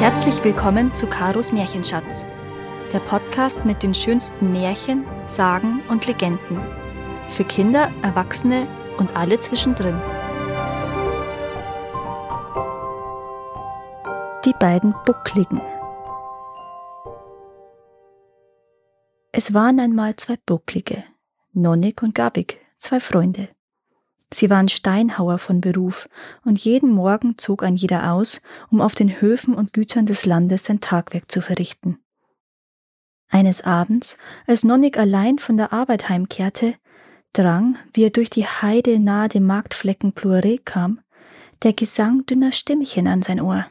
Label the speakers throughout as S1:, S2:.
S1: Herzlich willkommen zu Karos Märchenschatz, der Podcast mit den schönsten Märchen, Sagen und Legenden. Für Kinder, Erwachsene und alle zwischendrin. Die beiden Buckligen. Es waren einmal zwei Bucklige, Nonnig und Gabig, zwei Freunde. Sie waren Steinhauer von Beruf, und jeden Morgen zog ein jeder aus, um auf den Höfen und Gütern des Landes sein Tagwerk zu verrichten. Eines Abends, als Nonnig allein von der Arbeit heimkehrte, drang, wie er durch die Heide nahe dem Marktflecken Ploueré kam, der Gesang dünner Stimmchen an sein Ohr.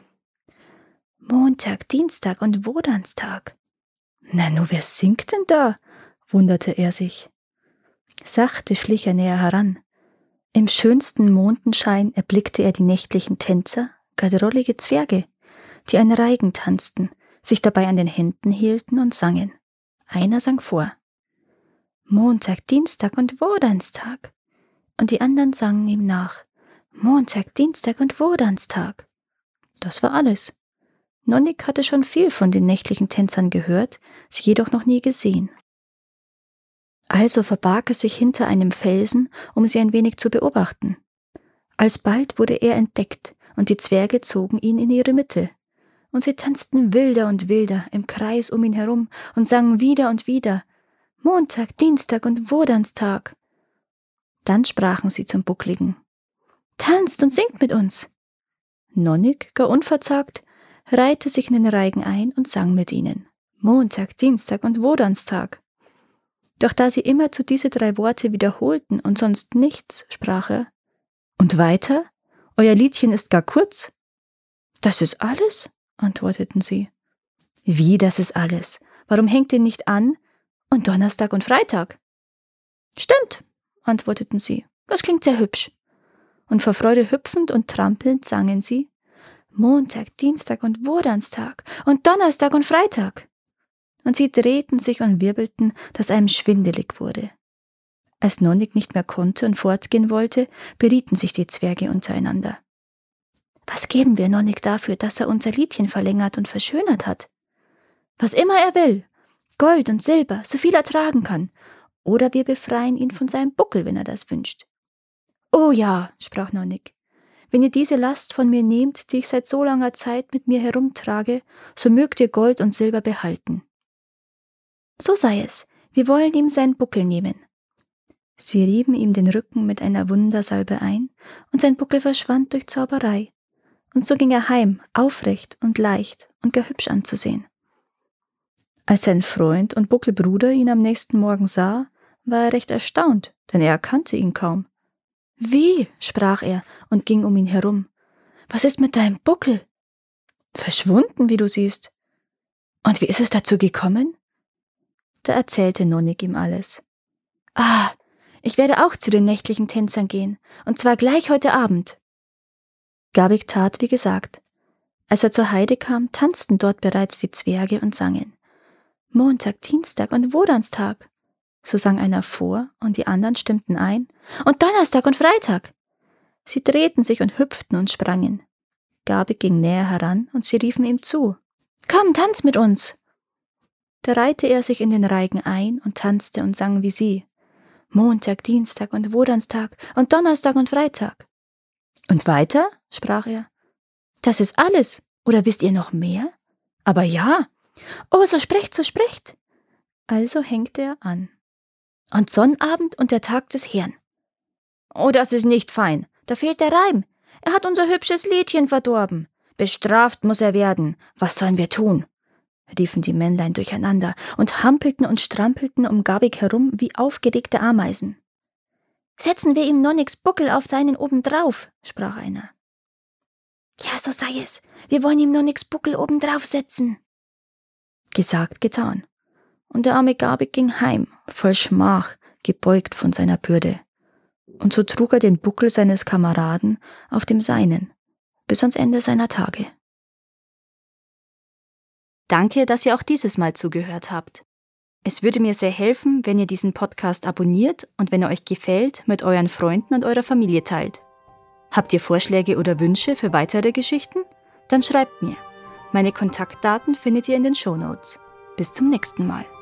S1: Montag, Dienstag und Wodanstag. Na, nu, wer singt denn da? Wunderte er sich. Sachte schlich er näher heran. Im schönsten Mondenschein erblickte er die nächtlichen Tänzer, gar drollige Zwerge, die ein Reigen tanzten, sich dabei an den Händen hielten und sangen. Einer sang vor. Montag, Dienstag und Wodanstag. Und die anderen sangen ihm nach. Montag, Dienstag und Wodanstag. Das war alles. Nonnig hatte schon viel von den nächtlichen Tänzern gehört, sie jedoch noch nie gesehen. Also verbarg er sich hinter einem Felsen, um sie ein wenig zu beobachten. Alsbald wurde er entdeckt, und die Zwerge zogen ihn in ihre Mitte. Und sie tanzten wilder und wilder im Kreis um ihn herum und sangen wieder und wieder: Montag, Dienstag und Wodanstag. Dann sprachen sie zum Buckligen: Tanzt und singt mit uns. Nonnig, gar unverzagt, reihte sich in den Reigen ein und sang mit ihnen: Montag, Dienstag und Wodanstag. Doch da sie immerzu diese 3 Worte wiederholten und sonst nichts, sprach er: Und weiter? Euer Liedchen ist gar kurz. Das ist alles? Antworteten sie. Wie, das ist alles? Warum hängt ihr nicht an? Und Donnerstag und Freitag? Stimmt, antworteten sie. Das klingt sehr hübsch. Und vor Freude hüpfend und trampelnd sangen sie: Montag, Dienstag und Wodanstag und Donnerstag und Freitag. Und sie drehten sich und wirbelten, dass einem schwindelig wurde. Als Nonnig nicht mehr konnte und fortgehen wollte, berieten sich die Zwerge untereinander. Was geben wir Nonnig dafür, dass er unser Liedchen verlängert und verschönert hat? Was immer er will, Gold und Silber, so viel er tragen kann, oder wir befreien ihn von seinem Buckel, wenn er das wünscht. Oh ja, sprach Nonnig, wenn ihr diese Last von mir nehmt, die ich seit so langer Zeit mit mir herumtrage, so mögt ihr Gold und Silber behalten. So sei es, wir wollen ihm seinen Buckel nehmen. Sie rieben ihm den Rücken mit einer Wundersalbe ein, und sein Buckel verschwand durch Zauberei. Und so ging er heim, aufrecht und leicht und gar hübsch anzusehen. Als sein Freund und Buckelbruder ihn am nächsten Morgen sah, war er recht erstaunt, denn er erkannte ihn kaum. Wie? Sprach er und ging um ihn herum. Was ist mit deinem Buckel? Verschwunden, wie du siehst. Und wie ist es dazu gekommen? Da erzählte Nonnig ihm alles. Ah, ich werde auch zu den nächtlichen Tänzern gehen, und zwar gleich heute Abend. Gabig tat, wie gesagt. Als er zur Heide kam, tanzten dort bereits die Zwerge und sangen: Montag, Dienstag und Wodanstag. So sang einer vor, und die anderen stimmten ein: Und Donnerstag und Freitag. Sie drehten sich und hüpften und sprangen. Gabig ging näher heran, und sie riefen ihm zu: Komm, tanz mit uns! Da reihte er sich in den Reigen ein und tanzte und sang wie sie: Montag, Dienstag und Wodanstag und Donnerstag und Freitag. Und weiter? Sprach er. Das ist alles. Oder wisst ihr noch mehr? Aber ja. Oh, so sprecht, so sprecht. Also hängte er an. Und Sonnabend und der Tag des Herrn. Oh, das ist nicht fein. Da fehlt der Reim. Er hat unser hübsches Liedchen verdorben. Bestraft muss er werden. Was sollen wir tun? Riefen die Männlein durcheinander und hampelten und strampelten um Gabig herum wie aufgeregte Ameisen. Setzen wir ihm Nonnigs Buckel auf seinen obendrauf, sprach einer. Ja, so sei es. Wir wollen ihm Nonnigs Buckel obendrauf setzen. Gesagt, getan. Und der arme Gabig ging heim, voll Schmach, gebeugt von seiner Bürde. Und so trug er den Buckel seines Kameraden auf dem seinen, bis ans Ende seiner Tage. Danke, dass ihr auch dieses Mal zugehört habt. Es würde mir sehr helfen, wenn ihr diesen Podcast abonniert und wenn er euch gefällt, mit euren Freunden und eurer Familie teilt. Habt ihr Vorschläge oder Wünsche für weitere Geschichten? Dann schreibt mir. Meine Kontaktdaten findet ihr in den Shownotes. Bis zum nächsten Mal.